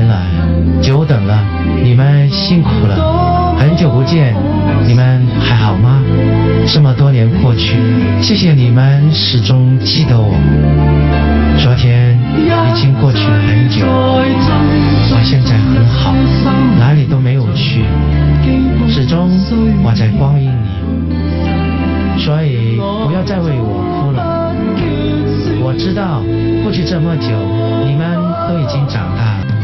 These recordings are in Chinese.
年了，久等了，你们辛苦了，很久不见，你们还好吗？这么多年过去，谢谢你们始终记得我。昨天已经过去了很久，我现在很好，哪里都没有去，始终我在光阴里，所以不要再为我哭了。我知道过去这么久，你们都已经长大了，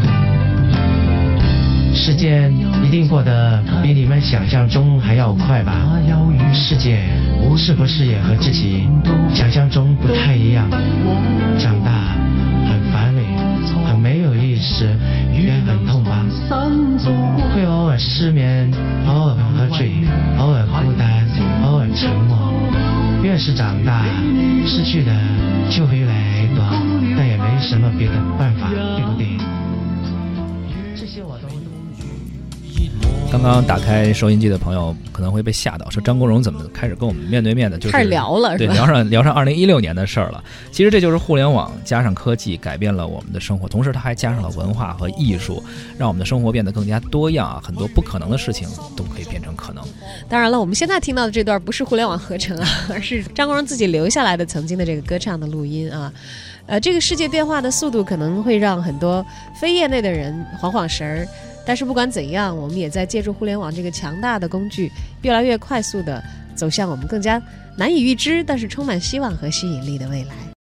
时间一定过得比你们想象中还要快吧？世界是不是也和自己想象中不太一样？长大很乏味，很没有意思，也很痛吧？会偶尔失眠，偶尔喝醉，偶尔孤单，偶尔沉默。越是长大，失去的就会越来越多，但也没什么别的办法，对不对？这些我都懂。 刚刚打开收音机的朋友可能会被吓到，说张国荣怎么开始跟我们面对面的，就是开始聊了， 对，聊上2016年的事儿了。其实这就是互联网加上科技改变了我们的生活，同时它还加上了文化和艺术，让我们的生活变得更加多样啊，很多不可能的事情都可以变成可能。 当然了，我们现在听到的这段不是互联网合成啊，而是张国荣自己留下来的曾经的这个歌唱的录音啊。这个世界变化的速度可能会让很多非业内的人晃晃神儿，但是不管怎样，我们也在借助互联网这个强大的工具，越来越快速地走向我们更加难以预知但是充满希望和吸引力的未来。